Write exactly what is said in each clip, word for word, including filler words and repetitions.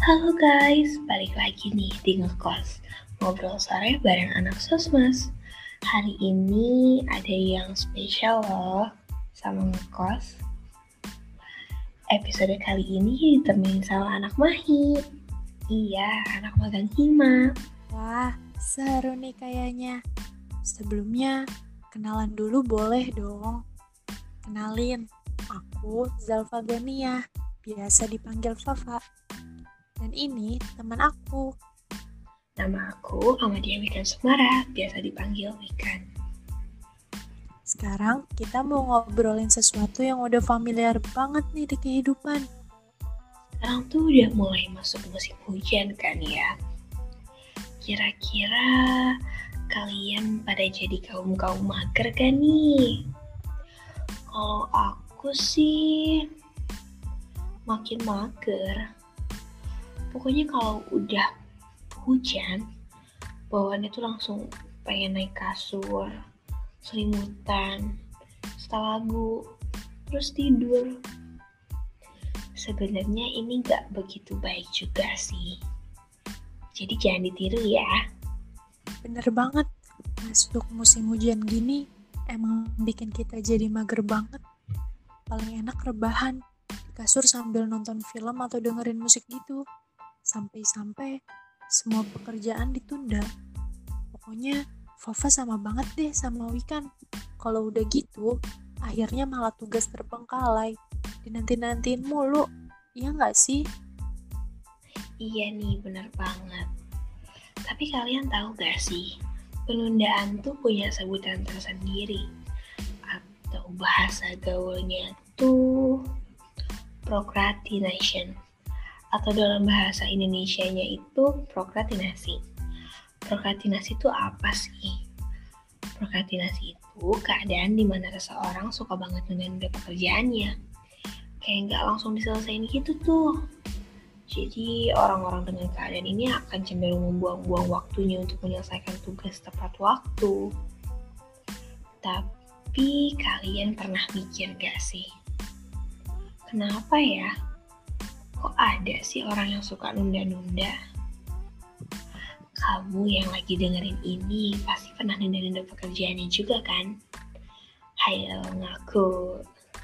Halo guys, balik lagi nih di Ngekos Ngobrol sore bareng anak Sosmas. Hari ini ada yang spesial loh sama Ngekos. Episode kali ini ditemenin sama anak Mahi. Iya, anak magang Hima. Wah, seru nih kayaknya. Sebelumnya, kenalan dulu boleh dong. Kenalin, aku Zalfa Gania, biasa dipanggil Fafa. Dan ini teman aku. Nama aku Ahmadiyah Wikan Sumara, biasa dipanggil Wikan. Sekarang kita mau ngobrolin sesuatu yang udah familiar banget nih di kehidupan. Sekarang tuh udah mulai masuk musim hujan kan ya. Kira-kira kalian pada jadi kaum-kaum mager kan nih? Kalau aku sih makin mager. Pokoknya kalau udah hujan, bawaannya tuh langsung pengen naik kasur, selimutan, setel lagu, terus tidur. Sebenarnya ini gak begitu baik juga sih. Jadi jangan ditiru ya. Bener banget, masuk musim hujan gini emang bikin kita jadi mager banget. Paling enak rebahan di kasur sambil nonton film atau dengerin musik gitu. Sampai-sampai semua pekerjaan ditunda. Pokoknya Fafa sama banget deh sama Wikan. Kalau udah gitu, akhirnya malah tugas terbengkalai. Dinanti-nantiin mulu. Iya gak sih? Iya nih, bener banget. Tapi kalian tahu gak sih, penundaan tuh punya sebutan tersendiri. Atau bahasa gaulnya tuh procrastination. Atau dalam bahasa Indonesianya itu prokrastinasi. Prokrastinasi itu apa sih? Prokrastinasi itu keadaan di mana seseorang suka banget nunda-nunda pekerjaannya. Kayak nggak langsung diselesain gitu tuh. Jadi orang-orang dengan keadaan ini akan cenderung membuang-buang waktunya untuk menyelesaikan tugas tepat waktu. Tapi kalian pernah mikir gak sih? Kenapa ya? Kok ada sih orang yang suka nunda-nunda? Kamu yang lagi dengerin ini pasti pernah nunda-nunda pekerjaannya juga kan? Hayo ngaku.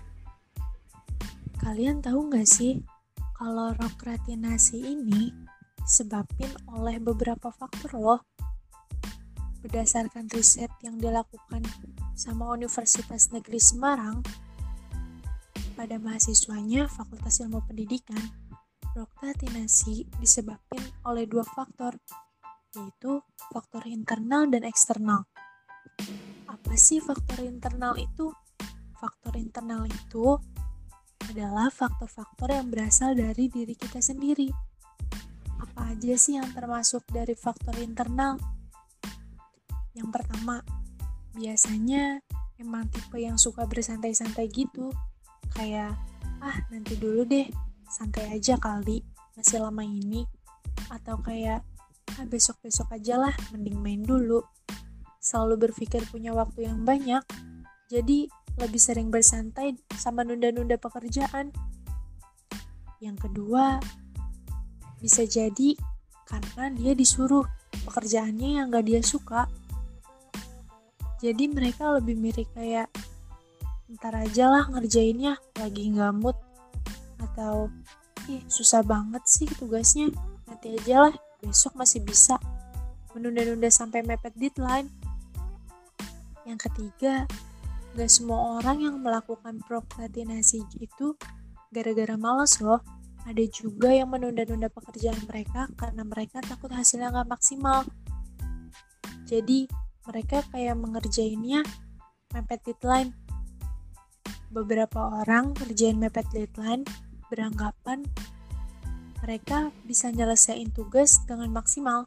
Kalian tahu gak sih, kalau prokrastinasi ini disebabkan oleh beberapa faktor loh. Berdasarkan riset yang dilakukan sama Universitas Negeri Semarang, pada mahasiswanya Fakultas Ilmu Pendidikan, prokrastinasi disebabkan oleh dua faktor, yaitu faktor internal dan eksternal. Apa sih faktor internal itu? Faktor internal itu adalah faktor-faktor yang berasal dari diri kita sendiri. Apa aja sih yang termasuk dari faktor internal? Yang pertama, biasanya emang tipe yang suka bersantai-santai gitu. Kayak, ah nanti dulu deh, santai aja kali, masih lama ini. Atau kayak, ah besok-besok aja lah, mending main dulu. Selalu berpikir punya waktu yang banyak, jadi lebih sering bersantai sama nunda-nunda pekerjaan. Yang kedua, bisa jadi karena dia disuruh pekerjaannya yang gak dia suka. Jadi mereka lebih mirip kayak, ntar aja lah ngerjainnya, lagi gak mood. Atau, ih susah banget sih tugasnya, nanti aja lah, besok masih bisa. Menunda-nunda sampai mepet deadline. Yang ketiga, gak semua orang yang melakukan prokrastinasi itu gara-gara malas loh. Ada juga yang menunda-nunda pekerjaan mereka karena mereka takut hasilnya gak maksimal. Jadi mereka kayak mengerjainnya mepet deadline. Beberapa orang ngerjain mepet deadline beranggapan mereka bisa nyelesain tugas dengan maksimal.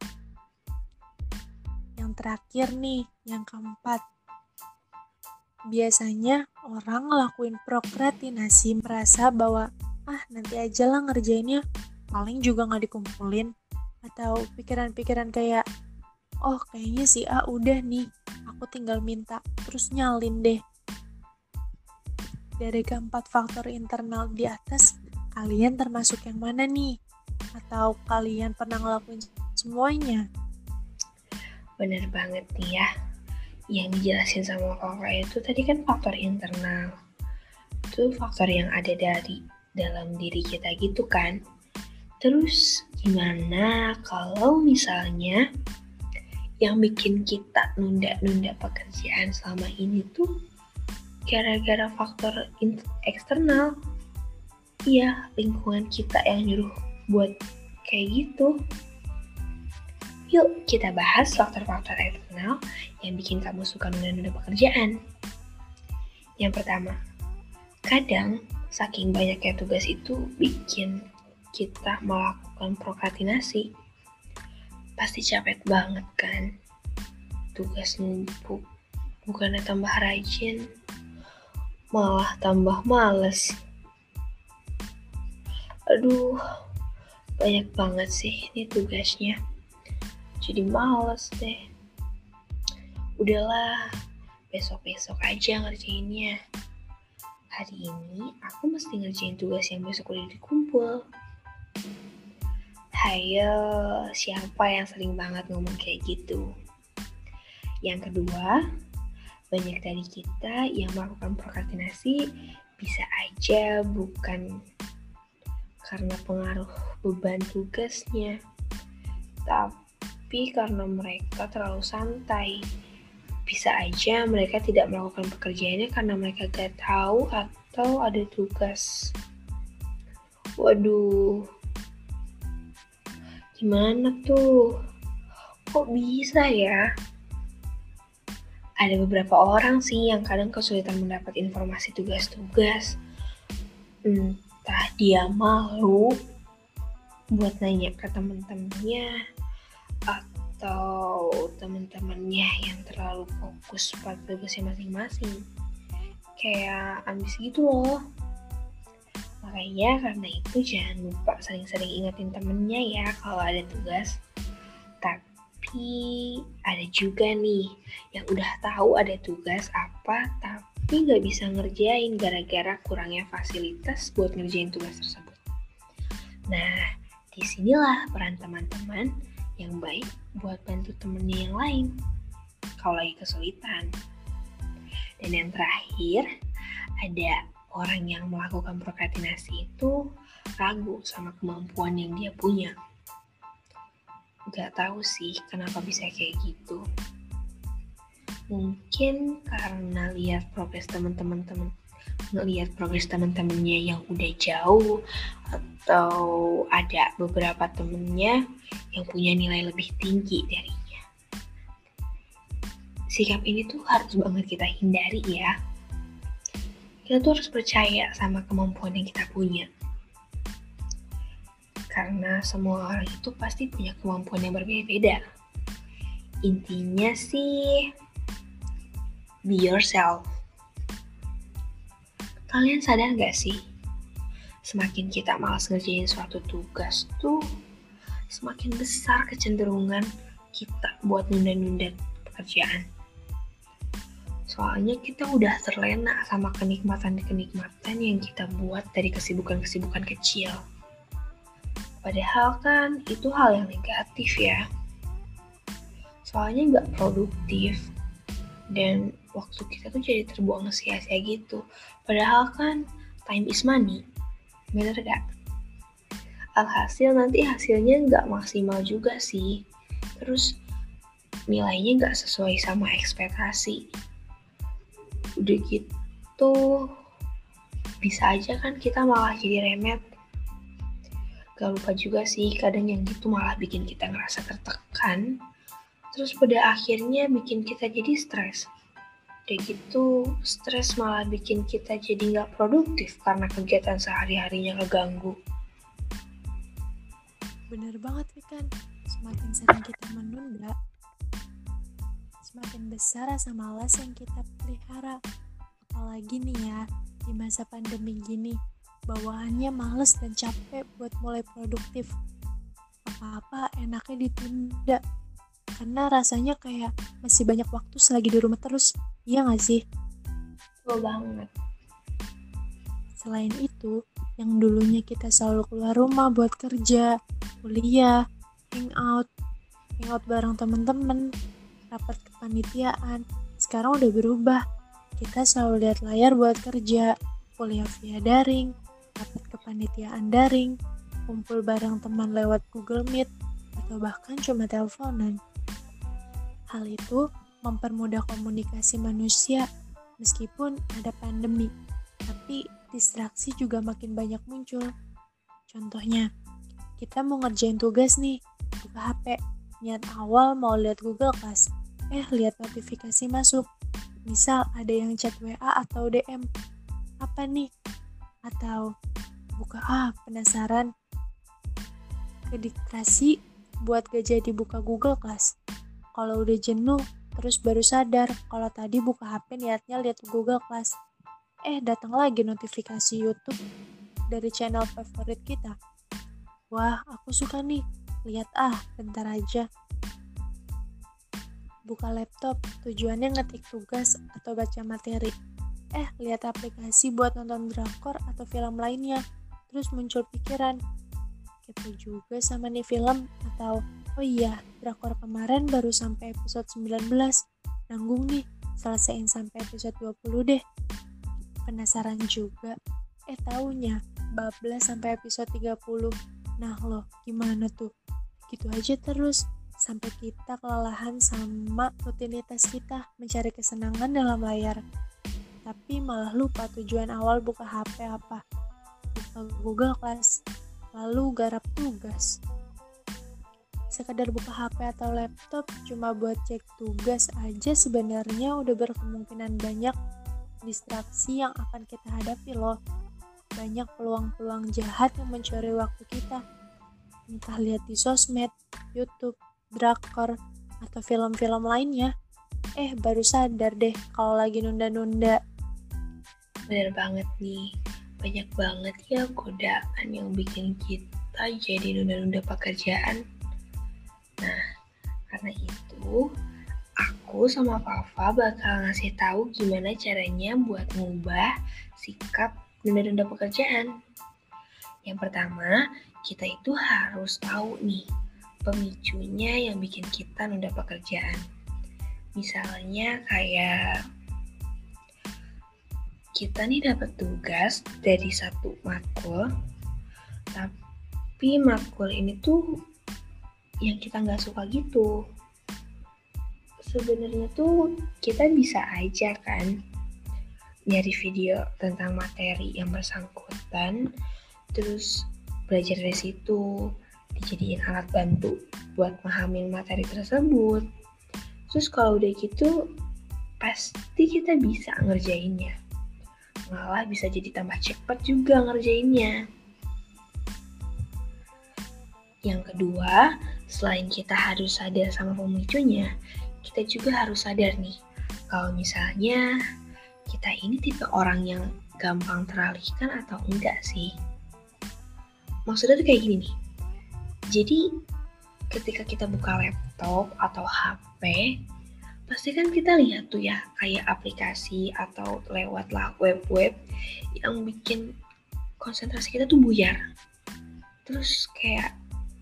Yang terakhir nih, yang keempat. Biasanya orang ngelakuin prokrastinasi merasa bahwa ah nanti aja lah ngerjainnya, paling juga gak dikumpulin. Atau pikiran-pikiran kayak, oh kayaknya si A udah nih, aku tinggal minta, terus nyalin deh. Dari keempat faktor internal di atas, kalian termasuk yang mana nih? Atau kalian pernah ngelakuin semuanya? Bener banget nih ya. Yang dijelasin sama kakak itu tadi kan faktor internal. Itu faktor yang ada dari dalam diri kita gitu kan. Terus gimana kalau misalnya yang bikin kita nunda-nunda pekerjaan selama ini tuh gara-gara faktor eksternal? Iya, lingkungan kita yang nyuruh buat kayak gitu. Yuk kita bahas faktor-faktor eksternal yang bikin kamu suka nunda-nunda pekerjaan. Yang pertama, kadang saking banyaknya tugas itu bikin kita melakukan prokrastinasi. Pasti capek banget kan? Tugas numpuk, bukannya tambah rajin, malah tambah males. Aduh, banyak banget sih ini tugasnya. Jadi males deh. Udahlah, besok-besok aja ngerjainnya. Hari ini aku mesti ngerjain tugas yang besok udah dikumpul. Hayo, siapa yang sering banget ngomong kayak gitu? Yang kedua, banyak dari kita yang melakukan prokrastinasi bisa aja bukan karena pengaruh beban tugasnya, tapi karena mereka terlalu santai. Bisa aja mereka tidak melakukan pekerjaannya karena mereka gak tahu atau ada tugas. Waduh, gimana tuh? Kok bisa ya? Ada beberapa orang sih yang kadang kesulitan mendapat informasi tugas-tugas. Entah dia malu buat nanya ke teman-temannya, atau teman-temannya yang terlalu fokus pada tugasnya masing-masing. Kayak ambis gitu loh. Makanya karena itu jangan lupa sering-sering ingetin temennya ya kalau ada tugas. Tapi ada juga nih yang udah tahu ada tugas apa tapi gak bisa ngerjain gara-gara kurangnya fasilitas buat ngerjain tugas tersebut. Nah, disinilah peran teman-teman yang baik buat bantu temennya yang lain kalau lagi kesulitan. Dan yang terakhir, ada orang yang melakukan prokrastinasi itu ragu sama kemampuan yang dia punya. Gak tahu sih kenapa bisa kayak gitu. Mungkin karena lihat progres teman-teman teman ngelihat progres teman-temannya yang udah jauh, atau ada beberapa temennya yang punya nilai lebih tinggi darinya. Sikap ini tuh harus banget kita hindari ya. Kita tuh harus percaya sama kemampuan yang kita punya. Karena semua orang itu pasti punya kemampuan yang berbeda-beda. Intinya sih, be yourself. Kalian sadar gak sih? Semakin kita malas ngerjain suatu tugas tuh, semakin besar kecenderungan kita buat nunda-nunda pekerjaan. Soalnya kita udah terlena sama kenikmatan-kenikmatan yang kita buat dari kesibukan-kesibukan kecil. Padahal kan itu hal yang negatif ya. Soalnya gak produktif. Dan waktu kita tuh jadi terbuang sia-sia gitu. Padahal kan time is money. Bener gak? Alhasil nanti hasilnya gak maksimal juga sih. Terus nilainya gak sesuai sama ekspektasi. Udah gitu, bisa aja kan kita malah jadi remet. Gak lupa juga sih, kadang yang gitu malah bikin kita ngerasa tertekan. Terus pada akhirnya bikin kita jadi stres. Udah gitu, stres malah bikin kita jadi gak produktif karena kegiatan sehari-harinya keganggu. Bener banget kan, semakin sering kita menunda, semakin besar rasa malas yang kita pelihara. Apalagi nih ya, di masa pandemi gini, bawaannya males dan capek buat mulai produktif. Apa-apa enaknya ditunda, karena rasanya kayak masih banyak waktu selagi di rumah terus. Iya gak sih? Betul banget. Selain itu, yang dulunya kita selalu keluar rumah buat kerja, kuliah, hangout, hangout bareng temen-temen, rapat kepanitiaan. Sekarang udah berubah. Kita selalu lihat layar buat kerja, kuliah via daring, rapat kepanitiaan daring, kumpul bareng teman lewat Google Meet, atau bahkan cuma teleponan. Hal itu mempermudah komunikasi manusia meskipun ada pandemi, tapi distraksi juga makin banyak muncul. Contohnya, kita mau ngerjain tugas nih, buka H P, niat awal mau lihat Google Class, eh lihat notifikasi masuk. Misal ada yang chat W A atau D M, apa nih? Atau buka ah penasaran, kedistrasi buat gak jadi buka Google Class. Kalau udah jenuh, terus baru sadar kalau tadi buka H P niatnya lihat Google Class. Eh, datang lagi notifikasi YouTube dari channel favorit kita. Wah, aku suka nih. Lihat ah, bentar aja. Buka laptop, tujuannya ngetik tugas atau baca materi. Eh, lihat aplikasi buat nonton drakor atau film lainnya. Terus muncul pikiran, kepo juga sama nih film, atau oh iya, drakor kemarin baru sampai episode sembilan belas. Nanggung nih, selesaiin sampai episode dua puluh deh. Penasaran juga. Eh taunya, bablas sampai episode tiga puluh. Nah loh, gimana tuh? Gitu aja terus, sampai kita kelelahan sama rutinitas kita mencari kesenangan dalam layar. Tapi malah lupa tujuan awal buka H P apa. Buka Google Class, lalu garap tugas. Sekedar buka H P atau laptop cuma buat cek tugas aja sebenarnya udah berkemungkinan banyak distraksi yang akan kita hadapi loh. Banyak peluang-peluang jahat yang mencuri waktu kita. Entah lihat di sosmed, YouTube, drakor, atau film-film lainnya. Eh, baru sadar deh kalau lagi nunda-nunda. Bener banget nih, banyak banget ya godaan yang bikin kita jadi nunda-nunda pekerjaan. Nah, karena itu aku sama Papa bakal ngasih tahu gimana caranya buat ngubah sikap nunda-nunda pekerjaan. Yang pertama, kita itu harus tahu nih pemicunya yang bikin kita nunda pekerjaan. Misalnya kayak kita nih dapat tugas dari satu matkul, tapi matkul ini tuh yang kita nggak suka gitu. Sebenarnya tuh kita bisa aja kan nyari video tentang materi yang bersangkutan, terus belajar dari situ, dijadiin alat bantu buat memahami materi tersebut. Terus kalau udah gitu, pasti kita bisa ngerjainnya. Malah bisa jadi tambah cepat juga ngerjainnya. Yang kedua, selain kita harus sadar sama pemicunya, kita juga harus sadar nih, kalau misalnya kita ini tipe orang yang gampang teralihkan atau enggak sih. Maksudnya tuh kayak gini nih, jadi ketika kita buka laptop atau H P, pasti kan kita lihat tuh ya, kayak aplikasi atau lewatlah web-web yang bikin konsentrasi kita tuh buyar. Terus kayak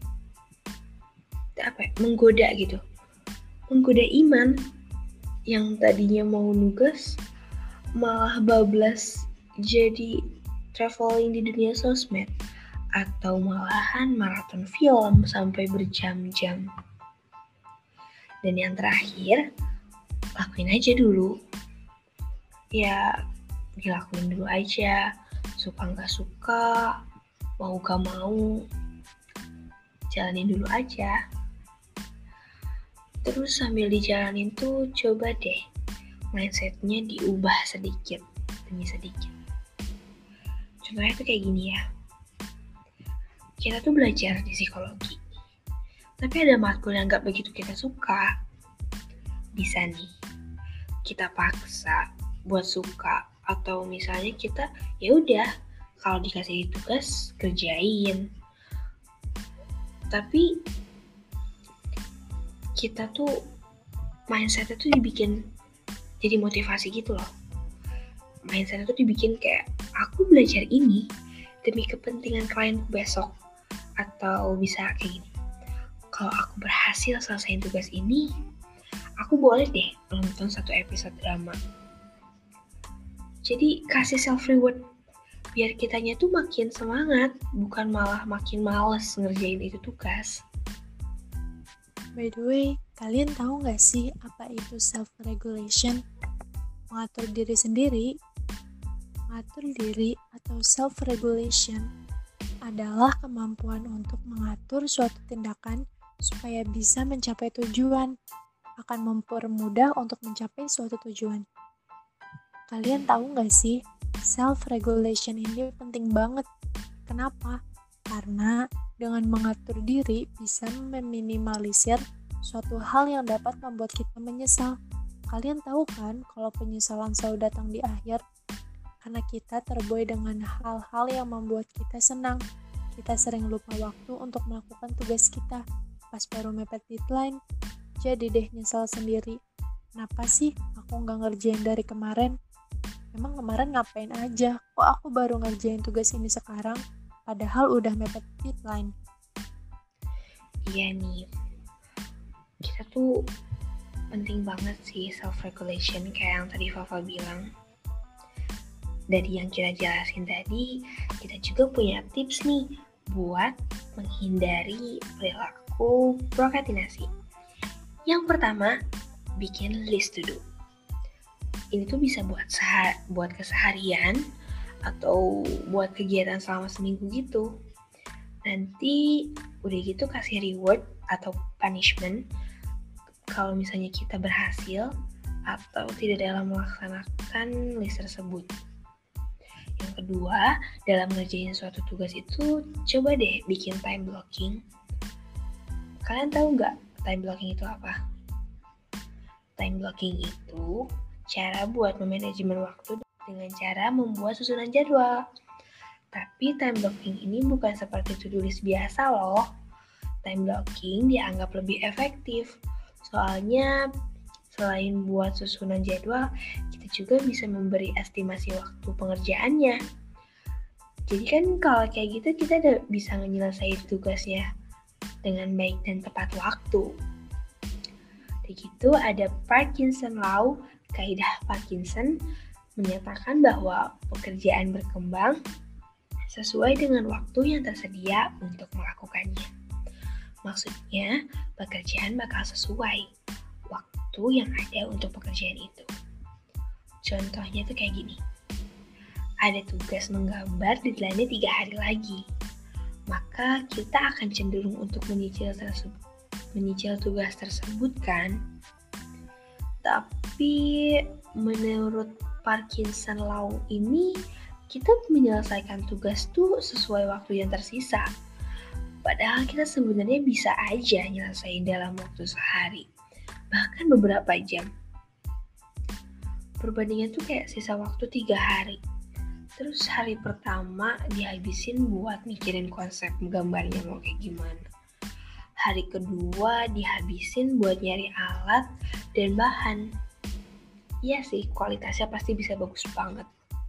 apa ya, menggoda gitu, menggoda iman yang tadinya mau nugas malah bablas jadi traveling di dunia sosmed, atau malahan maraton film sampai berjam-jam. Dan yang terakhir, lakuin aja dulu. Ya, dilakuin dulu aja, suka gak suka, mau gak mau, jalanin dulu aja. Terus sambil dijalanin tuh coba deh mindsetnya diubah sedikit demi sedikit. Contohnya tuh kayak gini ya. Kita tuh belajar di psikologi, tapi ada matkul yang gak begitu kita suka. Bisa nih kita paksa buat suka, atau misalnya kita ya udah kalau dikasih tugas kerjain. Tapi kita tuh mindsetnya tuh dibikin jadi motivasi gitu loh. Mindsetnya tuh dibikin kayak aku belajar ini demi kepentingan klienku besok, Atau bisa kayak gini, kalau aku berhasil selesaiin tugas ini, aku boleh deh nonton satu episode drama. Jadi kasih self reward biar kitanya tuh makin semangat, bukan malah makin males ngerjain itu tugas. By the way, kalian tahu nggak sih apa itu self-regulation? Mengatur diri sendiri. Mengatur diri atau self-regulation adalah kemampuan untuk mengatur suatu tindakan supaya bisa mencapai tujuan, akan mempermudah untuk mencapai suatu tujuan. Kalian tahu nggak sih, self-regulation ini penting banget. Kenapa? Karena dengan mengatur diri bisa meminimalisir suatu hal yang dapat membuat kita menyesal. Kalian tahu kan kalau penyesalan selalu datang di akhir? Karena kita terbuai dengan hal-hal yang membuat kita senang. Kita sering lupa waktu untuk melakukan tugas kita. Pas baru mepet deadline, jadi deh nyesal sendiri. Kenapa sih aku nggak ngerjain dari kemarin? Emang kemarin ngapain aja? Kok aku baru ngerjain tugas ini sekarang? Padahal udah mepet deadline. Iya nih, kita tuh penting banget sih self-regulation kayak yang tadi Fafa bilang. Dari yang kita jelasin tadi, kita juga punya tips nih buat menghindari perilaku prokrastinasi. Yang pertama, bikin list to do. Ini tuh bisa buat sehar- buat keseharian atau buat kegiatan selama seminggu gitu. Nanti udah gitu kasih reward atau punishment kalau misalnya kita berhasil atau tidak dalam melaksanakan list tersebut. Yang kedua, dalam ngerjain suatu tugas itu, coba deh bikin time blocking. Kalian tahu nggak time blocking itu apa? Time blocking itu cara buat memanajemen waktu dengan cara membuat susunan jadwal. Tapi time blocking ini bukan seperti to-do list biasa loh. Time blocking dianggap lebih efektif. Soalnya selain buat susunan jadwal, kita juga bisa memberi estimasi waktu pengerjaannya. Jadi kan kalau kayak gitu kita udah bisa menyelesaikan tugasnya dengan baik dan tepat waktu. Begitu ada Parkinson Law, kaidah Parkinson menyatakan bahwa pekerjaan berkembang sesuai dengan waktu yang tersedia untuk melakukannya. Maksudnya, pekerjaan bakal sesuai waktu yang ada untuk pekerjaan itu. Contohnya tuh kayak gini. Ada tugas menggambar deadline-nya tiga hari lagi. Maka kita akan cenderung untuk menyicil tersebut, menyicil tugas tersebut kan? Tapi menurut Parkinson Law ini, kita menyelesaikan tugas tuh sesuai waktu yang tersisa. Padahal kita sebenarnya bisa aja nyelesain dalam waktu sehari, bahkan beberapa jam. Perbandingan tuh kayak sisa waktu tiga hari. Terus hari pertama dihabisin buat mikirin konsep gambarnya mau kayak gimana. Hari kedua dihabisin buat nyari alat dan bahan. Iya sih, kualitasnya pasti bisa bagus banget.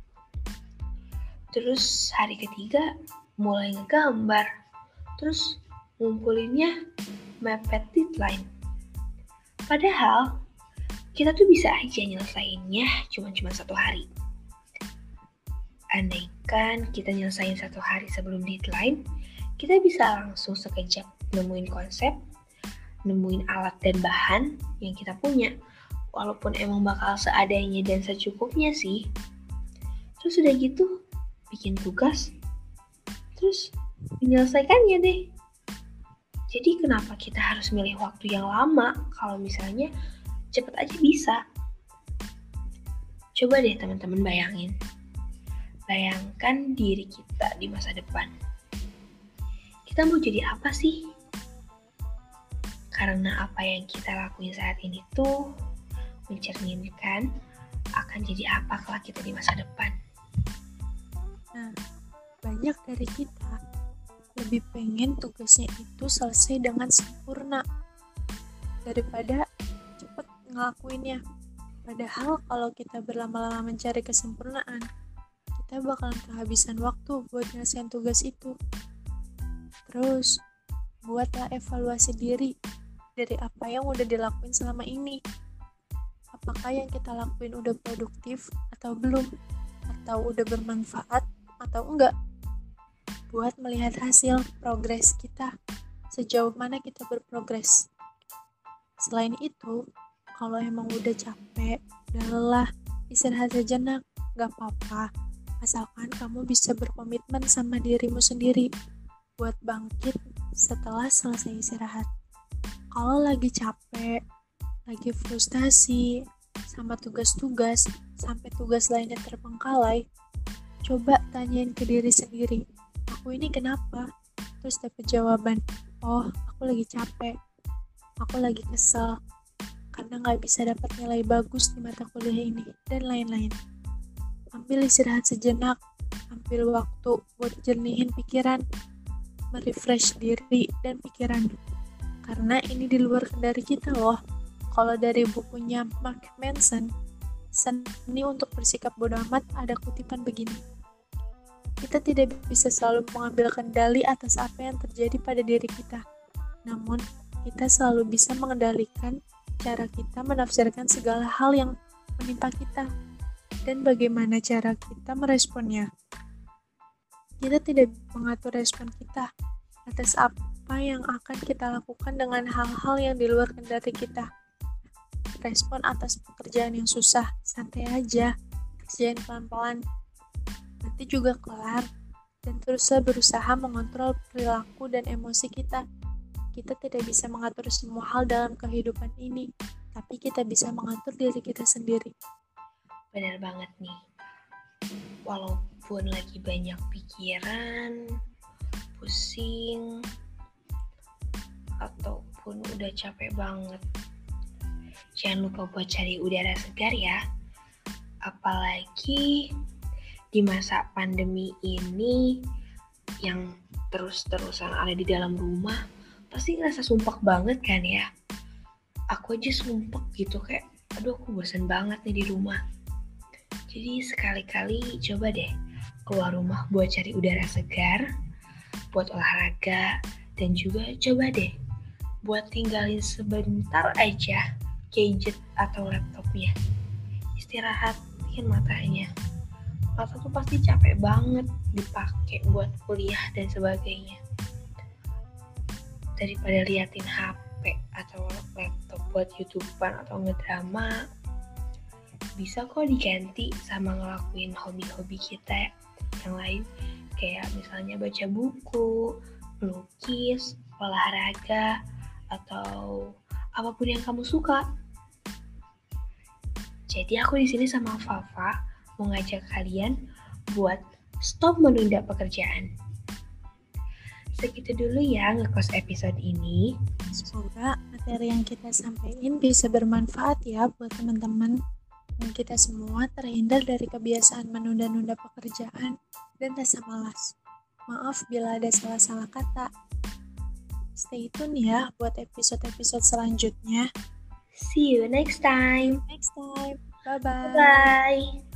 Terus hari ketiga mulai ngegambar. Terus ngumpulinnya mepet deadline. Padahal kita tuh bisa aja nyelesainnya cuma-cuma satu hari. Andaikan kita nyelesain satu hari sebelum deadline, kita bisa langsung sekejap nemuin konsep, nemuin alat dan bahan yang kita punya. Walaupun emang bakal seadanya dan secukupnya sih. Terus udah gitu, bikin tugas, terus menyelesaikannya deh. Jadi kenapa kita harus milih waktu yang lama kalau misalnya cepet aja bisa? Coba deh teman-teman bayangin. Bayangkan diri kita di masa depan. Kita mau jadi apa sih? Karena apa yang kita lakuin saat ini tuh mencerminkan akan jadi apa kelak kita di masa depan. Nah, banyak dari kita lebih pengen tugasnya itu selesai dengan sempurna daripada cepet ngelakuinnya. Padahal kalau kita berlama-lama mencari kesempurnaan, kita bakalan kehabisan waktu buat nyelesain tugas itu. Terus, buatlah evaluasi diri dari apa yang udah dilakuin selama ini. Apakah yang kita lakuin udah produktif atau belum? Atau udah bermanfaat atau enggak? Buat melihat hasil progres kita, sejauh mana kita berprogres. Selain itu, kalau emang udah capek, udah lelah, istirahat sejenak, gak apa-apa. Asalkan kamu bisa berkomitmen sama dirimu sendiri buat bangkit setelah selesai istirahat. Kalau lagi capek, lagi frustasi, sama tugas-tugas, sampai tugas lainnya terbengkalai, coba tanyain ke diri sendiri, aku ini kenapa? Terus dapat jawaban, oh aku lagi capek, aku lagi kesel, karena gak bisa dapat nilai bagus di mata kuliah ini, dan lain-lain. Ambil istirahat sejenak, ambil waktu buat jernihin pikiran, merefresh diri dan pikiran. Karena ini di luar kendali kita loh. Kalau dari bukunya Mark Manson, Seni untuk Bersikap Bodoh Amat, ada kutipan begini. Kita tidak bisa selalu mengambil kendali atas apa yang terjadi pada diri kita. Namun, kita selalu bisa mengendalikan cara kita menafsirkan segala hal yang menimpa kita dan bagaimana cara kita meresponnya. Kita tidak mengatur respon kita atas apa yang akan kita lakukan dengan hal-hal yang di luar kendali kita. Respon atas pekerjaan yang susah, santai aja, kerjain pelan-pelan, nanti juga kelar, dan teruslah berusaha mengontrol perilaku dan emosi kita. Kita tidak bisa mengatur semua hal dalam kehidupan ini, tapi kita bisa mengatur diri kita sendiri. Benar banget nih, walaupun lagi banyak pikiran, pusing, ataupun udah capek banget, jangan lupa buat cari udara segar ya. Apalagi di masa pandemi ini yang terus-terusan ada di dalam rumah, pasti ngerasa sumpek banget kan ya. Aku aja sumpek gitu, kayak aduh aku bosan banget nih di rumah. Jadi sekali-kali coba deh keluar rumah buat cari udara segar, buat olahraga, dan juga coba deh buat tinggalin sebentar aja gadget atau laptopnya. Istirahatin matanya. Mata tuh pasti capek banget dipakai buat kuliah dan sebagainya. Daripada liatin H P atau laptop buat YouTubean atau ngedrama, bisa kok diganti sama ngelakuin hobi-hobi kita yang lain, kayak misalnya baca buku, melukis, olahraga, atau apapun yang kamu suka. Jadi aku di sini sama Fafa mau ngajak kalian buat stop menunda pekerjaan. Segitu dulu ya ngekos episode ini. Semoga materi yang kita sampaikan bisa bermanfaat ya buat teman-teman. Dan kita semua terhindar dari kebiasaan menunda-nunda pekerjaan dan rasa malas. Maaf bila ada salah-salah kata. Stay tune ya buat episode-episode selanjutnya. See you next time. Next time. Bye-bye. Bye.